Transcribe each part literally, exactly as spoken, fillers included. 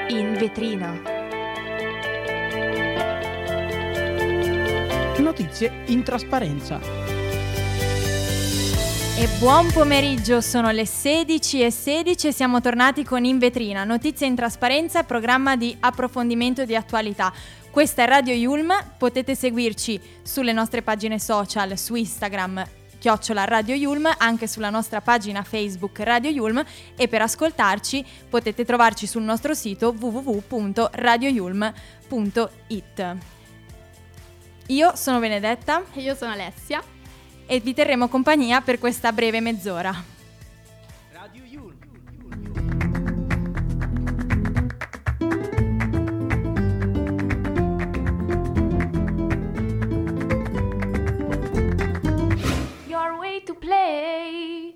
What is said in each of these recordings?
In vetrina. Notizie in trasparenza. E buon pomeriggio, sono le sedici e sedici e siamo tornati con In Vetrina, notizie in trasparenza, programma di approfondimento di attualità. Questa è Radio Yulm, potete seguirci sulle nostre pagine social, su Instagram, chiocciola Radio Yulm, anche sulla nostra pagina Facebook Radio Yulm, e per ascoltarci potete trovarci sul nostro sito w w w punto radio yulm punto i t. Io sono Benedetta E io sono Alessia e vi terremo compagnia per questa breve mezz'ora. Radio Yulm. Your way to play.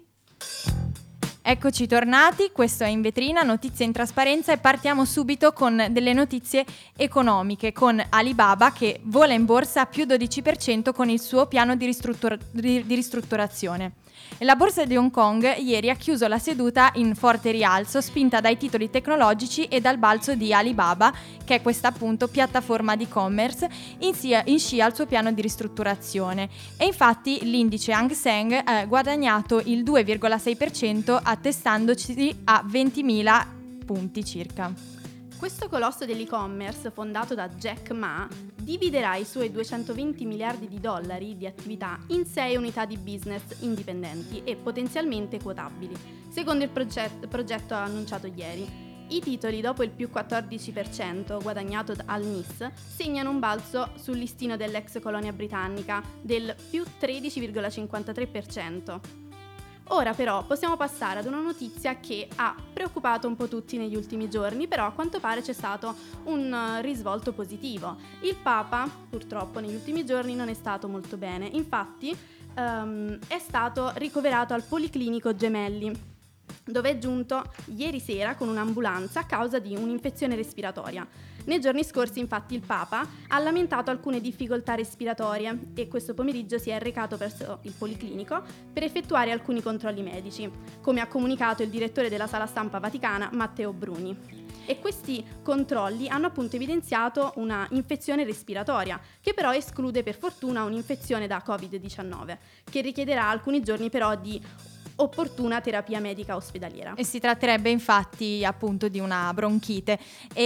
Eccoci tornati, questo è In Vetrina, notizie in trasparenza, e partiamo subito con delle notizie economiche, con Alibaba che vola in borsa a più dodici per cento con il suo piano di, ristruttura- di, di ristrutturazione. La borsa di Hong Kong ieri ha chiuso la seduta in forte rialzo, spinta dai titoli tecnologici e dal balzo di Alibaba, che è questa appunto piattaforma di e-commerce in, sia, in scia al suo piano di ristrutturazione. E infatti l'indice Hang Seng ha guadagnato il due virgola sei per cento, attestandoci a ventimila punti circa. Questo colosso dell'e-commerce, fondato da Jack Ma, dividerà i suoi duecentoventi miliardi di dollari di attività in sei unità di business indipendenti e potenzialmente quotabili, secondo il proget- progetto annunciato ieri. I titoli, dopo il più quattordici per cento guadagnato al N I S, segnano un balzo sul listino dell'ex colonia britannica del più tredici virgola cinquantatré per cento. Ora però possiamo passare ad una notizia che ha preoccupato un po' tutti negli ultimi giorni, però a quanto pare c'è stato un uh, risvolto positivo. Il Papa, purtroppo, negli ultimi giorni non è stato molto bene, infatti um, è stato ricoverato al Policlinico Gemelli, dove è giunto ieri sera con un'ambulanza a causa di un'infezione respiratoria. Nei giorni scorsi, infatti, il Papa ha lamentato alcune difficoltà respiratorie e questo pomeriggio si è recato presso il Policlinico per effettuare alcuni controlli medici, come ha comunicato il direttore della Sala Stampa Vaticana, Matteo Bruni. E questi controlli hanno appunto evidenziato una infezione respiratoria, che però esclude per fortuna un'infezione da covid diciannove, che richiederà alcuni giorni però di opportuna terapia medica ospedaliera. E si tratterebbe infatti appunto di una bronchite.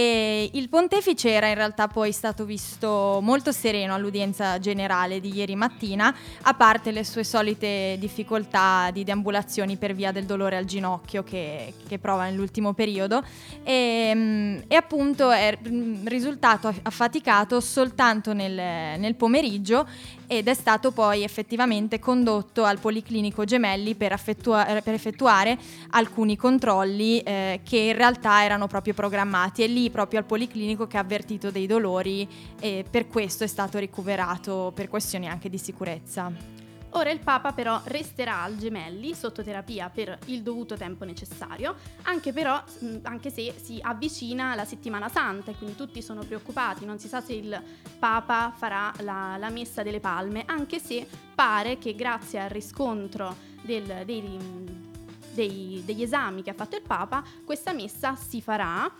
E il pontefice era in realtà poi stato visto molto sereno all'udienza generale di ieri mattina, a parte le sue solite difficoltà di deambulazioni per via del dolore al ginocchio che, che prova nell'ultimo periodo, e, e appunto è risultato affaticato soltanto nel, nel pomeriggio, ed è stato poi effettivamente condotto al Policlinico Gemelli per, effettua- per effettuare alcuni controlli eh, che in realtà erano proprio programmati. È lì proprio al Policlinico che ha avvertito dei dolori e per questo è stato ricoverato per questioni anche di sicurezza. Ora il Papa però resterà al Gemelli sotto terapia per il dovuto tempo necessario, anche però anche se si avvicina la settimana santa e quindi tutti sono preoccupati, non si sa se il Papa farà la, la messa delle palme, anche se pare che grazie al riscontro del, dei, dei, degli esami che ha fatto il Papa questa messa si farà.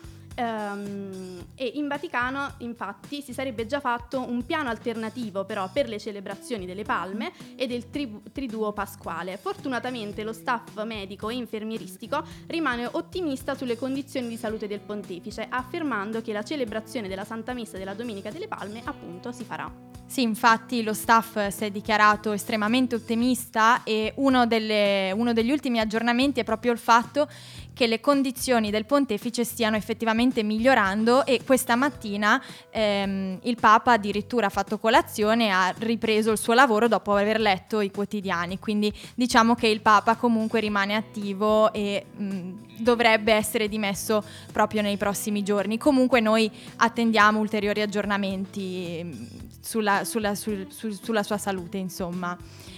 Um, e in Vaticano infatti si sarebbe già fatto un piano alternativo però per le celebrazioni delle palme e del tri- triduo pasquale. Fortunatamente lo staff medico e infermieristico rimane ottimista sulle condizioni di salute del pontefice, affermando che la celebrazione della Santa Messa della Domenica delle Palme appunto si farà. Sì, infatti lo staff si è dichiarato estremamente ottimista e uno, delle, uno degli ultimi aggiornamenti è proprio il fatto che le condizioni del pontefice stiano effettivamente migliorando, e questa mattina ehm, il Papa addirittura ha fatto colazione e ha ripreso il suo lavoro dopo aver letto i quotidiani, quindi diciamo che il Papa comunque rimane attivo e mh, dovrebbe essere dimesso proprio nei prossimi giorni. Comunque noi attendiamo ulteriori aggiornamenti mh, sulla, sulla, sul, sul, sulla sua salute, insomma.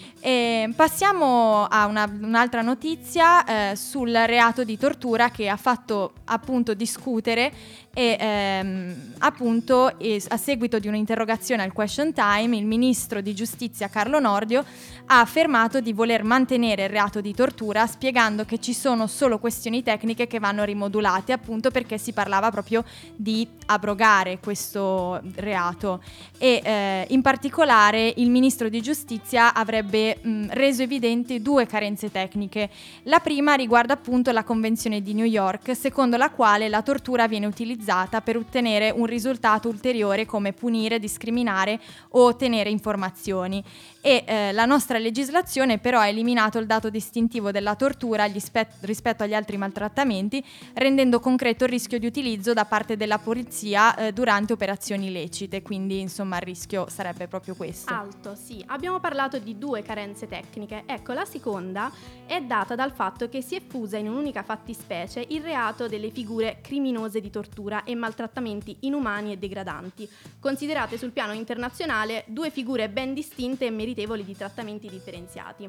E passiamo a una, un'altra notizia eh, sul reato di tortura che ha fatto appunto discutere e ehm, appunto e, a seguito di un'interrogazione al Question Time il ministro di giustizia Carlo Nordio ha affermato di voler mantenere il reato di tortura, spiegando che ci sono solo questioni tecniche che vanno rimodulate, appunto perché si parlava proprio di abrogare questo reato e eh, in particolare il ministro di giustizia avrebbe mh, reso evidenti due carenze tecniche. La prima riguarda appunto la Convenzione di New York, secondo la quale la tortura viene utilizzata per ottenere un risultato ulteriore come punire, discriminare o ottenere informazioni. E eh, la nostra legislazione però ha eliminato il dato distintivo della tortura agli spe- rispetto agli altri maltrattamenti, rendendo concreto il rischio di utilizzo da parte della polizia eh, durante operazioni illecite, quindi insomma il rischio sarebbe proprio questo. Alto, sì. Abbiamo parlato di due carenze tecniche. Ecco, la seconda è data dal fatto che si è fusa in un'unica fattispecie il reato delle figure criminose di tortura e maltrattamenti inumani e degradanti, considerate sul piano internazionale due figure ben distinte e meritevoli di trattamenti differenziati.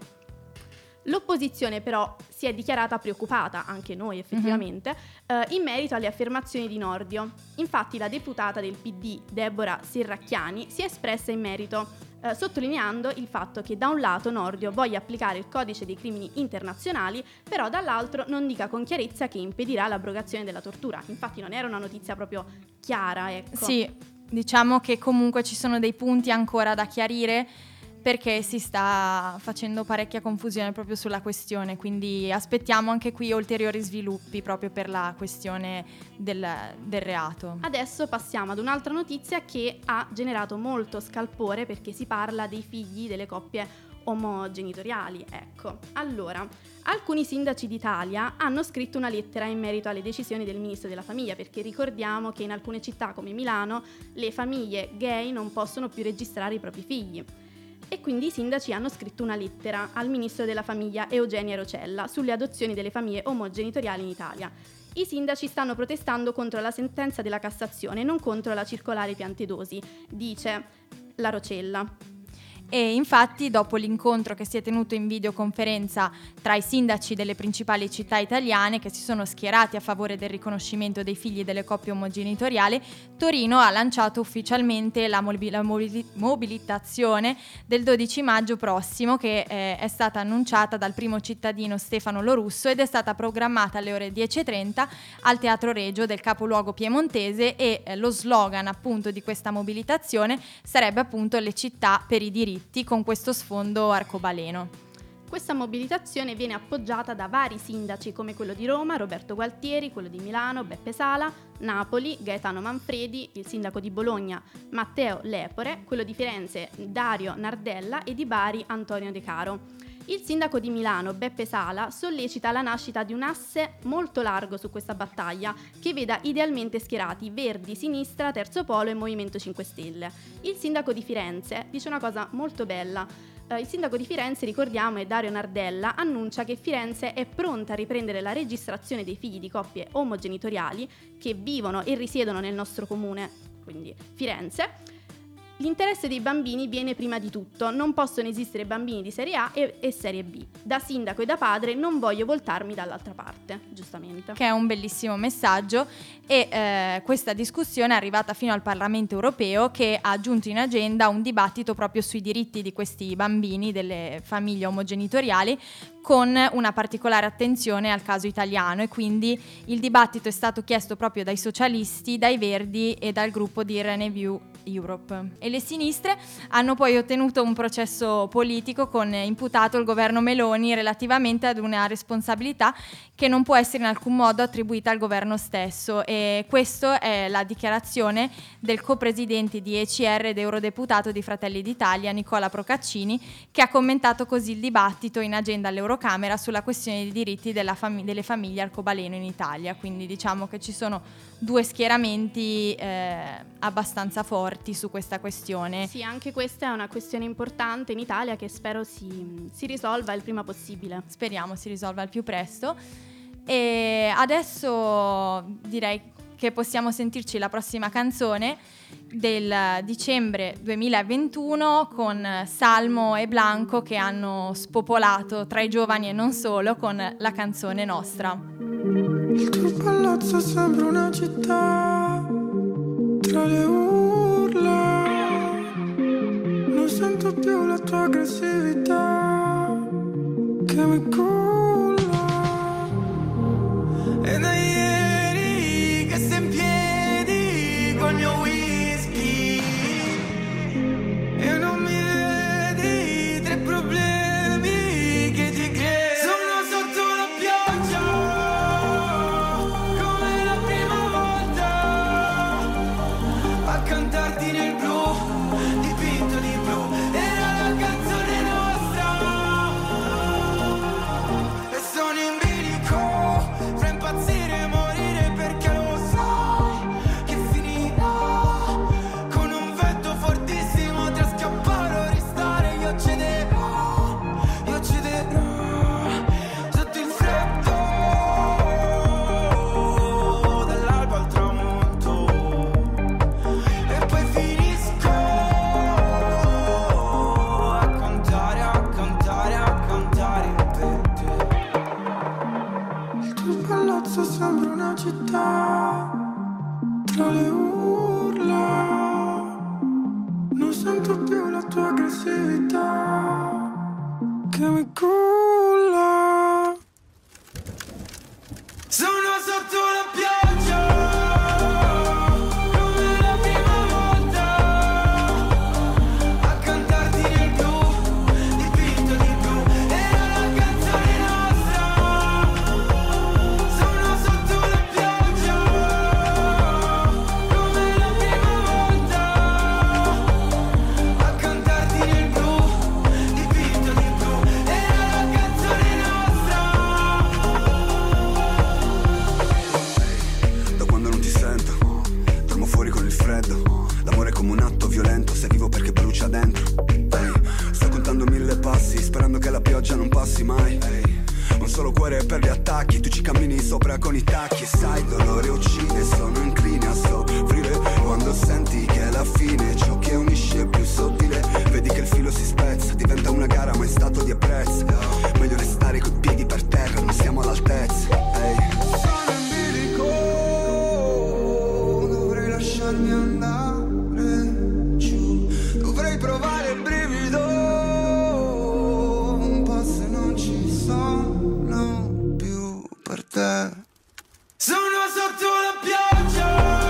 L'opposizione però si è dichiarata preoccupata, anche noi effettivamente, mm-hmm. eh, in merito alle affermazioni di Nordio. Infatti la deputata del P D, Deborah Serracchiani, si è espressa in merito, eh, sottolineando il fatto che da un lato Nordio voglia applicare il codice dei crimini internazionali, però dall'altro non dica con chiarezza che impedirà l'abrogazione della tortura. Infatti non era una notizia proprio chiara, ecco. Sì, diciamo che comunque ci sono dei punti ancora da chiarire, perché si sta facendo parecchia confusione proprio sulla questione, quindi aspettiamo anche qui ulteriori sviluppi proprio per la questione del, del reato. Adesso passiamo ad un'altra notizia che ha generato molto scalpore, perché si parla dei figli delle coppie omogenitoriali. Ecco, allora, alcuni sindaci d'Italia hanno scritto una lettera in merito alle decisioni del ministro della famiglia, perché ricordiamo che in alcune città come Milano le famiglie gay non possono più registrare i propri figli. E quindi i sindaci hanno scritto una lettera al ministro della famiglia Eugenio Rocella sulle adozioni delle famiglie omogenitoriali in Italia. I sindaci stanno protestando contro la sentenza della Cassazione, non contro la circolare Piantedosi, dice la Rocella. E infatti dopo l'incontro che si è tenuto in videoconferenza tra i sindaci delle principali città italiane che si sono schierati a favore del riconoscimento dei figli delle coppie omogenitoriali, Torino ha lanciato ufficialmente la, mobi- la mobi- mobilitazione del dodici maggio prossimo, che eh, è stata annunciata dal primo cittadino Stefano Lorusso ed è stata programmata alle ore dieci e trenta al Teatro Regio del capoluogo piemontese e eh, lo slogan appunto di questa mobilitazione sarebbe appunto le città per i diritti, con questo sfondo arcobaleno. Questa mobilitazione viene appoggiata da vari sindaci come quello di Roma, Roberto Gualtieri, quello di Milano, Beppe Sala, Napoli, Gaetano Manfredi, il sindaco di Bologna, Matteo Lepore, quello di Firenze, Dario Nardella e di Bari, Antonio De Caro. Il sindaco di Milano, Beppe Sala, sollecita la nascita di un asse molto largo su questa battaglia, che veda idealmente schierati Verdi, Sinistra, Terzo Polo e Movimento cinque Stelle. Il sindaco di Firenze dice una cosa molto bella. Eh, il sindaco di Firenze, ricordiamo, è Dario Nardella, annuncia che Firenze è pronta a riprendere la registrazione dei figli di coppie omogenitoriali che vivono e risiedono nel nostro comune, quindi Firenze. L'interesse dei bambini viene prima di tutto, non possono esistere bambini di serie A e, e serie B. Da sindaco e da padre non voglio voltarmi dall'altra parte, giustamente. Che è un bellissimo messaggio e eh, questa discussione è arrivata fino al Parlamento europeo, che ha aggiunto in agenda un dibattito proprio sui diritti di questi bambini delle famiglie omogenitoriali, con una particolare attenzione al caso italiano, e quindi il dibattito è stato chiesto proprio dai socialisti, dai Verdi e dal gruppo di Renew Europe. E le sinistre hanno poi ottenuto un processo politico con imputato il governo Meloni relativamente ad una responsabilità che non può essere in alcun modo attribuita al governo stesso, e questa è la dichiarazione del co-presidente di E C R ed eurodeputato di Fratelli d'Italia Nicola Procaccini, che ha commentato così il dibattito in agenda all'Eurocamera sulla questione dei diritti della fam- delle famiglie arcobaleno in Italia. Quindi diciamo che ci sono due schieramenti eh, abbastanza forti su questa questione. Sì, anche questa è una questione importante in Italia che spero si, si risolva il prima possibile. Speriamo si risolva al più presto. E adesso direi che possiamo sentirci la prossima canzone del dicembre duemilaventuno con Salmo e Blanco, che hanno spopolato tra i giovani e non solo con la canzone Nostra. Il tuo palazzo sembra una città tra le urla, non sento più la tua aggressività che mi culla. E da ieri che sei in piedi col mio whisky e non mi vedi tre problemi che ti crei. Sono sotto la pioggia come la prima volta a cantarti nel blu, dipinto di blu. Era la canzone nostra e sono in bilico fra impazzire e morire, perché lo sai che finirà con un vento fortissimo tra scappare o restare. Io cederò, io cederò sotto il freddo dall'alba al tramonto e poi finisco a cantare, a cantare, a cantare per te. Il tuo palazzo sembra una città tra le urla, non sento più la tua aggressività che mi culla. Sono sotto la pioggia come la prima volta a cantarti nel blu, dipinto di blu. Era la canzone nostra. Sono sotto la pioggia come la prima volta a cantarti nel blu, dipinto di blu. Era la canzone nostra. Da quando non ti sento, dormo fuori con il freddo. L'amore è come un atto violento, se vivo perché brucia dentro. Ehi, sto contando mille passi, sperando che la pioggia non passi mai. Ehi, un solo cuore per gli attacchi, tu ci cammini sopra con i tacchi. E sai, dolore uccide, sono incline a soffrire quando senti che è la fine. Ciò che unisce è più sottile, vedi che il filo si spezza, diventa una gara ma è stato di apprezzo. Meglio restare coi piedi per terra, non siamo all'altezza. Ehi, Sono in bilico, dovrei lasciarmi andare giù, dovrei provare il brivido un po' se non ci sono più per te. Sono sotto la pioggia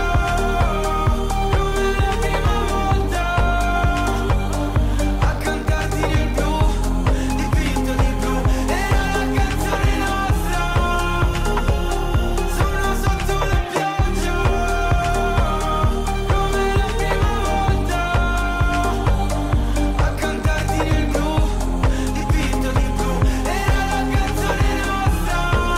come la prima volta a cantarti nel blu, dipinto di blu. Era la canzone nostra. Sono sotto la pioggia come la prima volta a cantarti nel blu, dipinto di blu. Era la canzone nostra.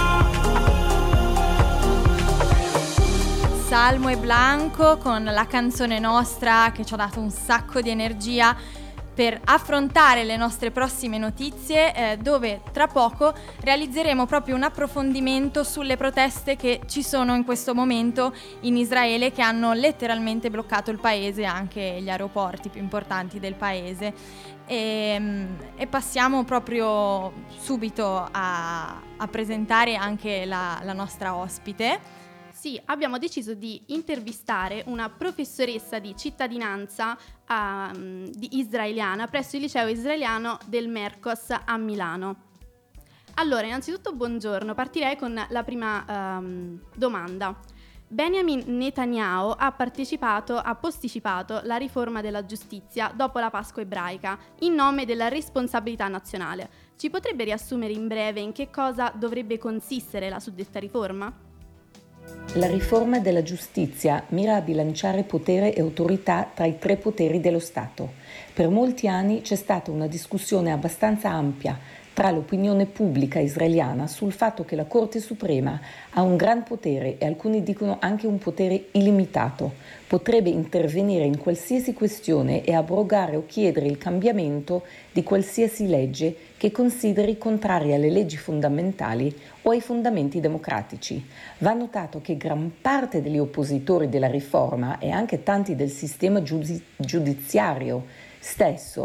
Salmo e Blanco con la canzone nostra che ci ha dato un sacco di energia per affrontare le nostre prossime notizie, eh, dove tra poco realizzeremo proprio un approfondimento sulle proteste che ci sono in questo momento in Israele, che hanno letteralmente bloccato il paese e anche gli aeroporti più importanti del paese. E, e passiamo proprio subito a, a presentare anche la, la nostra ospite. Sì, abbiamo deciso di intervistare una professoressa di cittadinanza um, di israeliana presso il liceo israeliano del Merkos a Milano. Allora, innanzitutto buongiorno, partirei con la prima um, domanda. Benjamin Netanyahu ha partecipato, ha posticipato la riforma della giustizia dopo la Pasqua ebraica in nome della responsabilità nazionale. Ci potrebbe riassumere in breve in che cosa dovrebbe consistere la suddetta riforma? La riforma della giustizia mira a bilanciare potere e autorità tra i tre poteri dello Stato. Per molti anni c'è stata una discussione abbastanza ampia tra l'opinione pubblica israeliana sul fatto che la Corte Suprema ha un gran potere e alcuni dicono anche un potere illimitato. Potrebbe intervenire in qualsiasi questione e abrogare o chiedere il cambiamento di qualsiasi legge che consideri contraria alle leggi fondamentali o ai fondamenti democratici. Va notato che gran parte degli oppositori della riforma e anche tanti del sistema giudiz- giudiziario stesso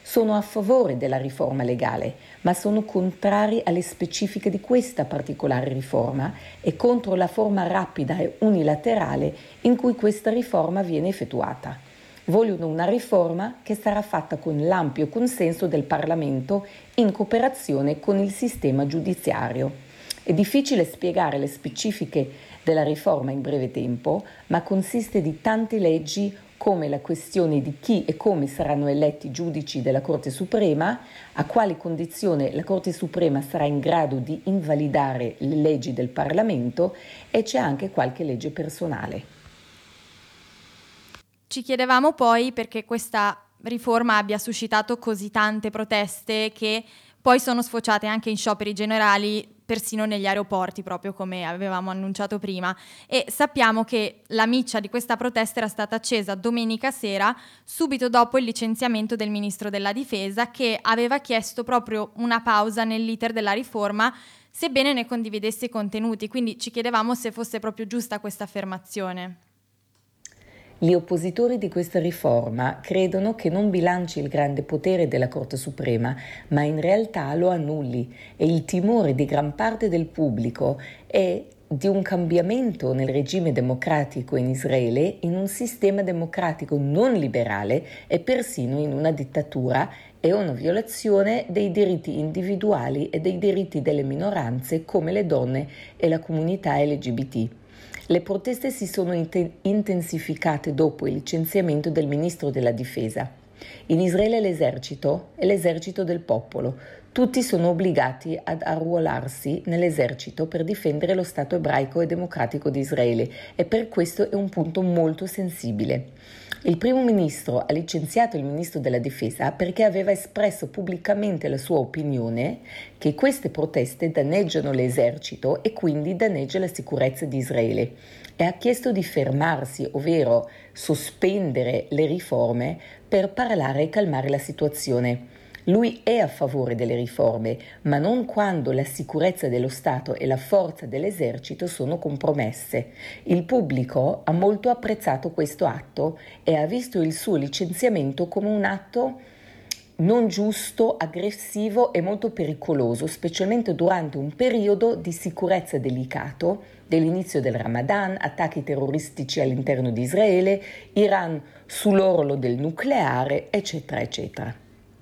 sono a favore della riforma legale, ma sono contrari alle specifiche di questa particolare riforma e contro la forma rapida e unilaterale in cui questa riforma viene effettuata. Vogliono una riforma che sarà fatta con l'ampio consenso del Parlamento in cooperazione con il sistema giudiziario. È difficile spiegare le specifiche della riforma in breve tempo, ma consiste di tante leggi come la questione di chi e come saranno eletti i giudici della Corte Suprema, a quali condizioni la Corte Suprema sarà in grado di invalidare le leggi del Parlamento e c'è anche qualche legge personale. Ci chiedevamo poi perché questa riforma abbia suscitato così tante proteste che poi sono sfociate anche in scioperi generali, persino negli aeroporti, proprio come avevamo annunciato prima. E sappiamo che la miccia di questa protesta era stata accesa domenica sera, subito dopo il licenziamento del ministro della Difesa, che aveva chiesto proprio una pausa nell'iter della riforma, sebbene ne condividesse i contenuti. Quindi ci chiedevamo se fosse proprio giusta questa affermazione. Gli oppositori di questa riforma credono che non bilanci il grande potere della Corte Suprema, ma in realtà lo annulli, e il timore di gran parte del pubblico è di un cambiamento nel regime democratico in Israele in un sistema democratico non liberale e persino in una dittatura e una violazione dei diritti individuali e dei diritti delle minoranze come le donne e la comunità L G B T. Le proteste si sono intensificate dopo il licenziamento del ministro della Difesa. In Israele l'esercito è l'esercito del popolo. Tutti sono obbligati ad arruolarsi nell'esercito per difendere lo Stato ebraico e democratico di Israele e per questo è un punto molto sensibile. Il primo ministro ha licenziato il ministro della Difesa perché aveva espresso pubblicamente la sua opinione che queste proteste danneggiano l'esercito e quindi danneggia la sicurezza di Israele e ha chiesto di fermarsi, ovvero sospendere le riforme per parlare e calmare la situazione. Lui è a favore delle riforme, ma non quando la sicurezza dello Stato e la forza dell'esercito sono compromesse. Il pubblico ha molto apprezzato questo atto e ha visto il suo licenziamento come un atto non giusto, aggressivo e molto pericoloso, specialmente durante un periodo di sicurezza delicato, dell'inizio del Ramadan, attacchi terroristici all'interno di Israele, Iran sull'orlo del nucleare, eccetera, eccetera.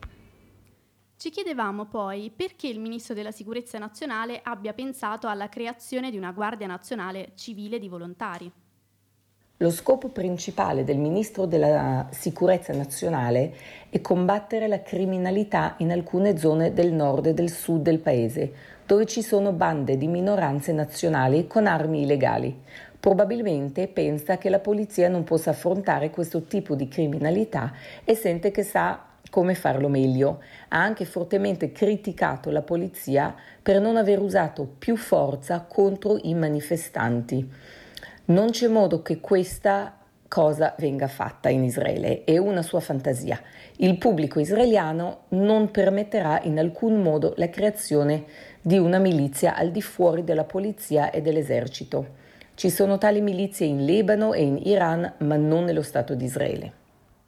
Ci chiedevamo poi perché il Ministro della Sicurezza Nazionale abbia pensato alla creazione di una Guardia Nazionale civile di volontari. Lo scopo principale del Ministro della Sicurezza Nazionale è combattere la criminalità in alcune zone del nord e del sud del paese, dove ci sono bande di minoranze nazionali con armi illegali. Probabilmente pensa che la polizia non possa affrontare questo tipo di criminalità e sente che sa come farlo meglio. Ha anche fortemente criticato la polizia per non aver usato più forza contro i manifestanti. Non c'è modo che questa cosa venga fatta in Israele, è una sua fantasia. Il pubblico israeliano non permetterà in alcun modo la creazione di una milizia al di fuori della polizia e dell'esercito. Ci sono tali milizie in Libano e in Iran, ma non nello Stato di Israele.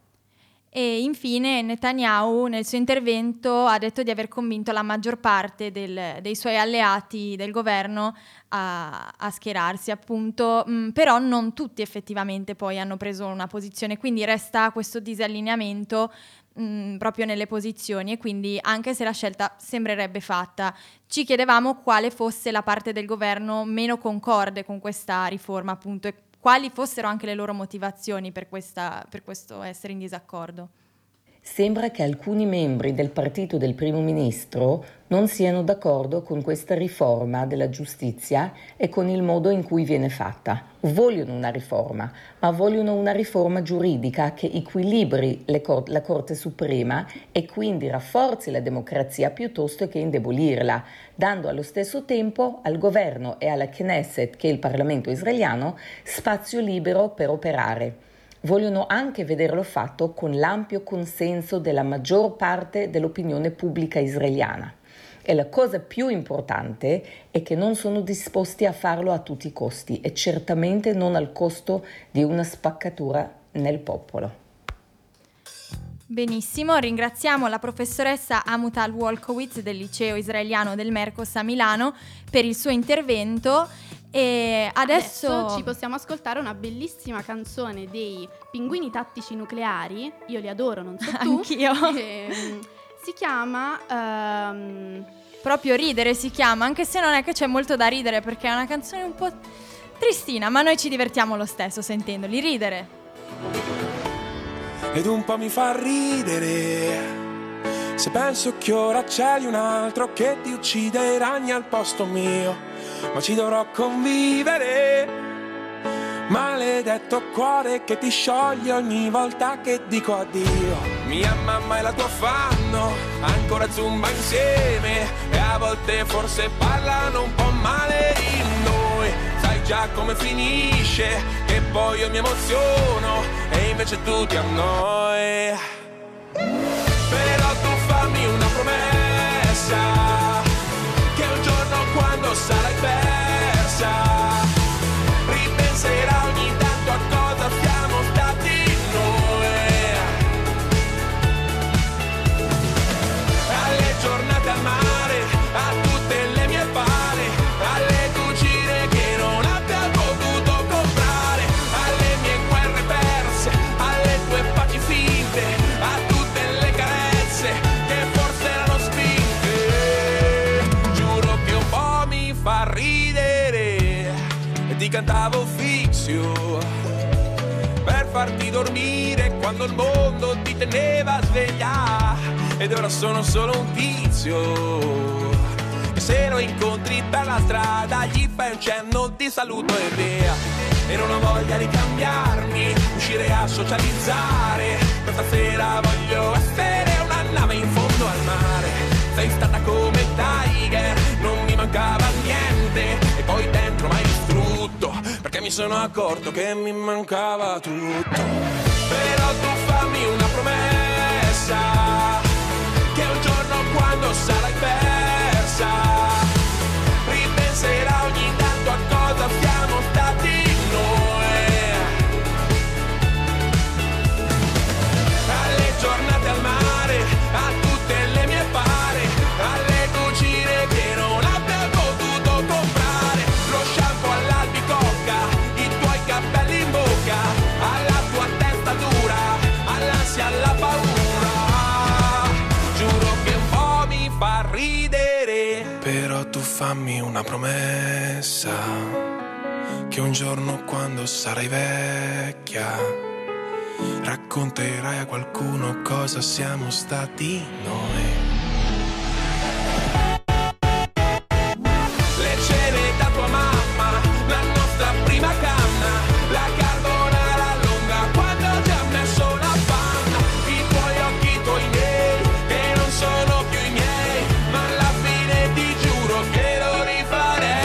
E infine Netanyahu nel suo intervento ha detto di aver convinto la maggior parte del, dei suoi alleati del governo a, a schierarsi, appunto, mh, però non tutti effettivamente poi hanno preso una posizione, quindi resta questo disallineamento mh, proprio nelle posizioni, e quindi anche se la scelta sembrerebbe fatta, ci chiedevamo quale fosse la parte del governo meno concorde con questa riforma, appunto, e quali fossero anche le loro motivazioni per, questa, per questo essere in disaccordo. Sembra che alcuni membri del partito del primo ministro non siano d'accordo con questa riforma della giustizia e con il modo in cui viene fatta. Vogliono una riforma, ma vogliono una riforma giuridica che equilibri le cor- la Corte Suprema e quindi rafforzi la democrazia piuttosto che indebolirla, dando allo stesso tempo al governo e alla Knesset, che è il Parlamento israeliano, spazio libero per operare. Vogliono anche vederlo fatto con l'ampio consenso della maggior parte dell'opinione pubblica israeliana. E la cosa più importante è che non sono disposti a farlo a tutti i costi e certamente non al costo di una spaccatura nel popolo. Benissimo, ringraziamo la professoressa Amutal Wolkowitz del liceo israeliano del Mercos a Milano per il suo intervento. E adesso... adesso ci possiamo ascoltare una bellissima canzone dei Pinguini Tattici Nucleari. Io li adoro, non so tu. Anch'io. E, si chiama um... Proprio Ridere si chiama, anche se non è che c'è molto da ridere, perché è una canzone un po' tristina, ma noi ci divertiamo lo stesso sentendoli ridere. Ed un po' mi fa ridere se penso che ora c'è un altro che ti uccide i ragni al posto mio, ma ci dovrò convivere. Maledetto cuore che ti scioglie ogni volta che dico addio. Mia mamma e la tua fanno ancora zumba insieme e a volte forse parlano un po' male di noi. Sai già come finisce, che poi io mi emoziono e invece tu ti annoi. Però tu fammi una promessa, che un giorno quando sarai persa ripenserai ogni tanto a cosa siamo stati noi, alle giornate al mare, a tutte le mie pare, alle cucine che non abbia potuto comprare, alle mie guerre perse, alle tue paci finte, a tutte le carezze che forse erano spinte. Giuro che un po' mi fa ridere e ti cantavo Fixio per farti dormire quando il mondo ti teneva sveglia. Ed ora sono solo un tizio che se lo incontri per la strada gli fai un cenno di saluto e via. E non ho voglia di cambiarmi, uscire a socializzare. Questa sera voglio essere una nave in fondo al mare. Sei stata come Tiger, non mi mancava niente e poi dentro m'hai distrutto, perché mi sono accorto che mi mancava tutto. Però tu fammi una promessa, che un giorno quando sarai persa ripenserai ogni tanto a cosa siamo stati noi, alle giornate al mare, a tutte le mie pare, alle cucine che non abbia potuto comprare, lo shampoo all'albicocca, i tuoi capelli in bocca, alla tua testa dura, all'ansia, alla paura. Giuro che un po' mi fa ridere. Però tu fammi una promessa, che un giorno quando sarai vecchia racconterai a qualcuno cosa siamo stati noi. Le cene da tua mamma, la nostra prima canna, la carbonara lunga quando ti ha messo la panna, i tuoi occhi, i tuoi miei, che non sono più i miei, ma alla fine ti giuro che lo rifarei.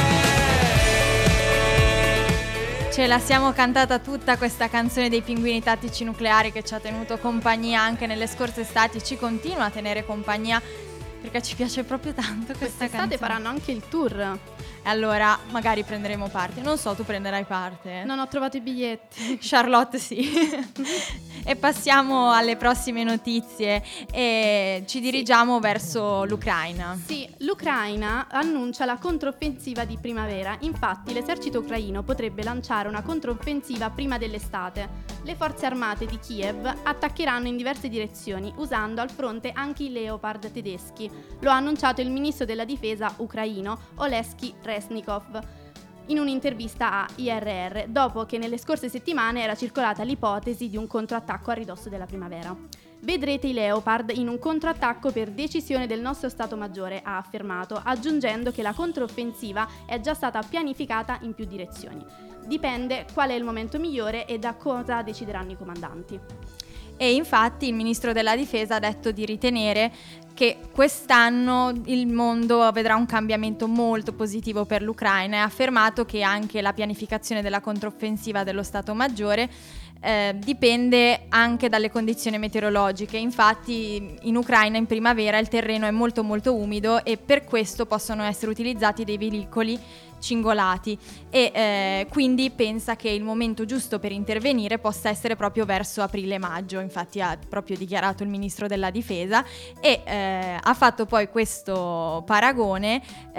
Ce la siamo cantata tutta questa canzone dei Pinguini Tattici Nucleari, che ci ha tenuto compagnia anche nelle scorse estati, ci continua a tenere compagnia perché ci piace proprio tanto questa Quest'estate canzone. faranno anche il tour. Allora magari prenderemo parte, non so, tu prenderai parte? Non ho trovato i biglietti. Charlotte sì. E passiamo alle prossime notizie e ci dirigiamo verso l'Ucraina. Sì, l'Ucraina annuncia la controffensiva di primavera. Infatti l'esercito ucraino potrebbe lanciare una controffensiva prima dell'estate. Le forze armate di Kiev attaccheranno in diverse direzioni, usando al fronte anche i Leopard tedeschi. Lo ha annunciato il ministro della difesa ucraino Oleksiy Reznikov in un'intervista a I R R, dopo che nelle scorse settimane era circolata l'ipotesi di un controattacco a ridosso della primavera. Vedrete i Leopard in un controattacco per decisione del nostro Stato Maggiore, ha affermato, aggiungendo che la controffensiva è già stata pianificata in più direzioni. Dipende qual è il momento migliore e da cosa decideranno i comandanti. E infatti il ministro della difesa ha detto di ritenere che quest'anno il mondo vedrà un cambiamento molto positivo per l'Ucraina e ha affermato che anche la pianificazione della controffensiva dello Stato Maggiore eh, dipende anche dalle condizioni meteorologiche. Infatti in Ucraina in primavera il terreno è molto molto umido e per questo possono essere utilizzati dei veicoli cingolati e eh, quindi pensa che il momento giusto per intervenire possa essere proprio verso aprile-maggio. Infatti ha proprio dichiarato il ministro della difesa e eh, ha fatto poi questo paragone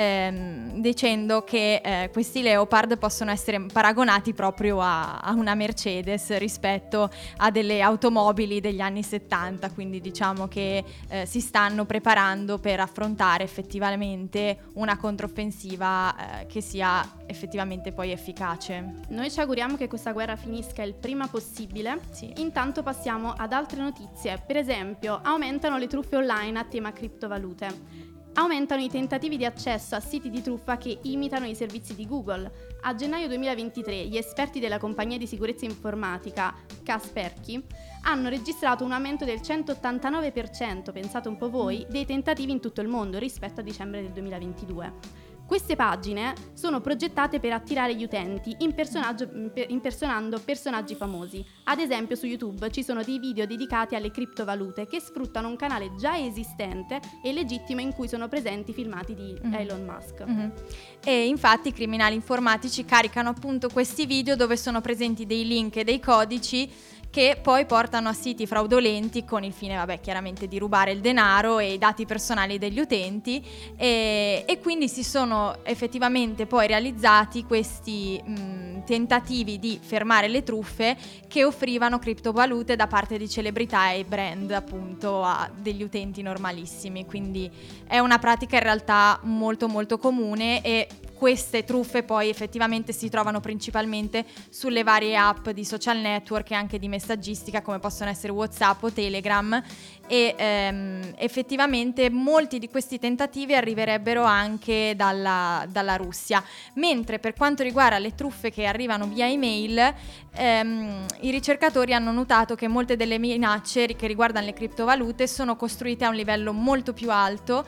ehm, dicendo che eh, questi Leopard possono essere paragonati proprio a, a una Mercedes rispetto a delle automobili degli anni settanta, quindi diciamo che eh, si stanno preparando per affrontare effettivamente una controffensiva eh, che sia effettivamente poi efficace. Noi ci auguriamo che questa guerra finisca il prima possibile. Sì. Intanto passiamo ad altre notizie. Per esempio, aumentano le truffe online a tema criptovalute. Aumentano i tentativi di accesso a siti di truffa che imitano i servizi di Google. A gennaio duemilaventitré gli esperti della compagnia di sicurezza informatica Kaspersky hanno registrato un aumento del centottantanove per cento, pensate un po' voi, dei tentativi in tutto il mondo rispetto a dicembre del duemilaventidue. Queste pagine sono progettate per attirare gli utenti impersonando personaggi famosi. Ad esempio su YouTube ci sono dei video dedicati alle criptovalute che sfruttano un canale già esistente e legittimo in cui sono presenti filmati di mm-hmm. Elon Musk. Mm-hmm. E infatti i criminali informatici caricano appunto questi video dove sono presenti dei link e dei codici che poi portano a siti fraudolenti con il fine, vabbè, chiaramente di rubare il denaro e i dati personali degli utenti e, e quindi si sono effettivamente poi realizzati questi mh, tentativi di fermare le truffe che offrivano criptovalute da parte di celebrità e brand appunto a degli utenti normalissimi, quindi è una pratica in realtà molto molto comune e queste truffe poi effettivamente si trovano principalmente sulle varie app di social network e anche di messaggistica come possono essere WhatsApp o Telegram e ehm, effettivamente molti di questi tentativi arriverebbero anche dalla, dalla Russia, mentre per quanto riguarda le truffe che arrivano via email ehm, i ricercatori hanno notato che molte delle minacce che riguardano le criptovalute sono costruite a un livello molto più alto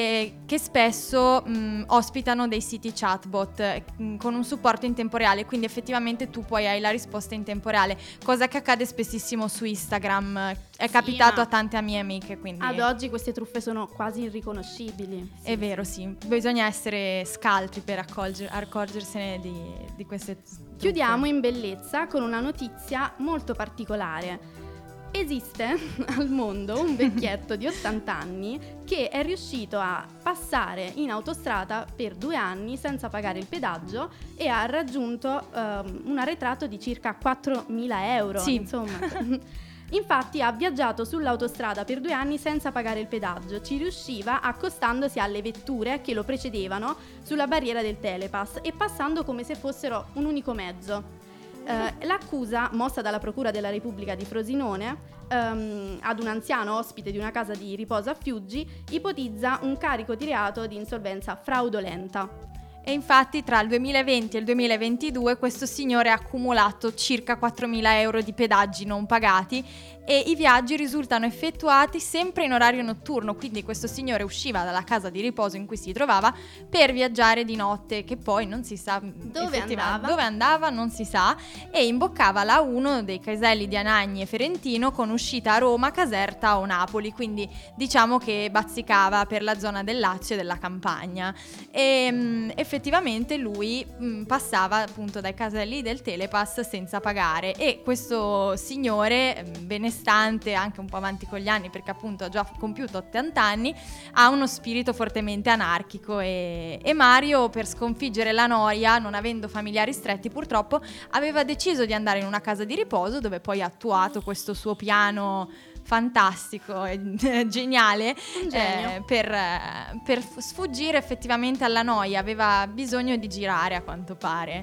e che spesso mh, ospitano dei siti chatbot mh, con un supporto in tempo reale, quindi effettivamente tu poi hai la risposta in tempo reale, cosa che accade spessissimo su Instagram, è Sì, capitato ma a tante mie amiche, quindi ad oggi queste truffe sono quasi irriconoscibili. è vero, sì, bisogna essere scaltri per accorger- accorgersene di, di queste truffe. Chiudiamo in bellezza con una notizia molto particolare. Esiste al mondo un vecchietto di ottanta anni che è riuscito a passare in autostrada per due anni senza pagare il pedaggio e ha raggiunto um, un arretrato di circa quattromila euro. Sì. Insomma. Infatti ha viaggiato sull'autostrada per due anni senza pagare il pedaggio, ci riusciva accostandosi alle vetture che lo precedevano sulla barriera del telepass e passando come se fossero un unico mezzo. Uh, l'accusa, mossa dalla Procura della Repubblica di Frosinone um, ad un anziano ospite di una casa di riposo a Fiuggi, ipotizza un carico di reato di insolvenza fraudolenta. E infatti tra il duemilaventi e il duemilaventidue questo signore ha accumulato circa quattromila euro di pedaggi non pagati e i viaggi risultano effettuati sempre in orario notturno, quindi questo signore usciva dalla casa di riposo in cui si trovava per viaggiare di notte, che poi non si sa dove andava, dove andava non si sa, e imboccava la uno dei caselli di Anagni e Ferentino con uscita a Roma, Caserta o Napoli, quindi diciamo che bazzicava per la zona del Lazio e della Campania e mh, effettivamente lui mh, passava appunto dai caselli del Telepass senza pagare e questo signore mh, benestante, anche un po' avanti con gli anni perché appunto ha già compiuto ottanta anni, ha uno spirito fortemente anarchico e, e Mario, per sconfiggere la noia, non avendo familiari stretti purtroppo, aveva deciso di andare in una casa di riposo dove poi ha attuato questo suo piano fantastico e geniale eh, per, per sfuggire effettivamente alla noia. Aveva bisogno di girare, a quanto pare.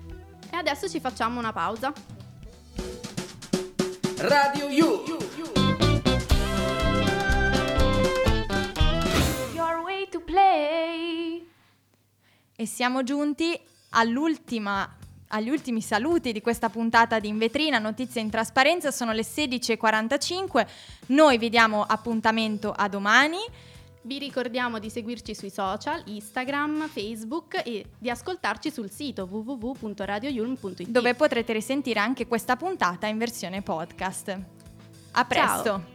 E adesso ci facciamo una pausa. Radio You. Your way to play. E siamo giunti all'ultima agli ultimi saluti di questa puntata di In Vetrina, notizie in trasparenza. Sono le sedici e quarantacinque, noi vi diamo appuntamento a domani. Vi ricordiamo di seguirci sui social, Instagram, Facebook e di ascoltarci sul sito w w w punto radio yulm punto it, dove potrete risentire anche questa puntata in versione podcast. A presto! Ciao.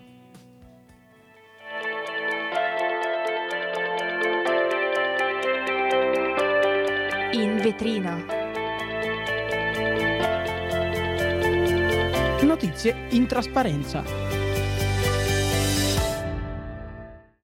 In vetrina. Notizie in trasparenza.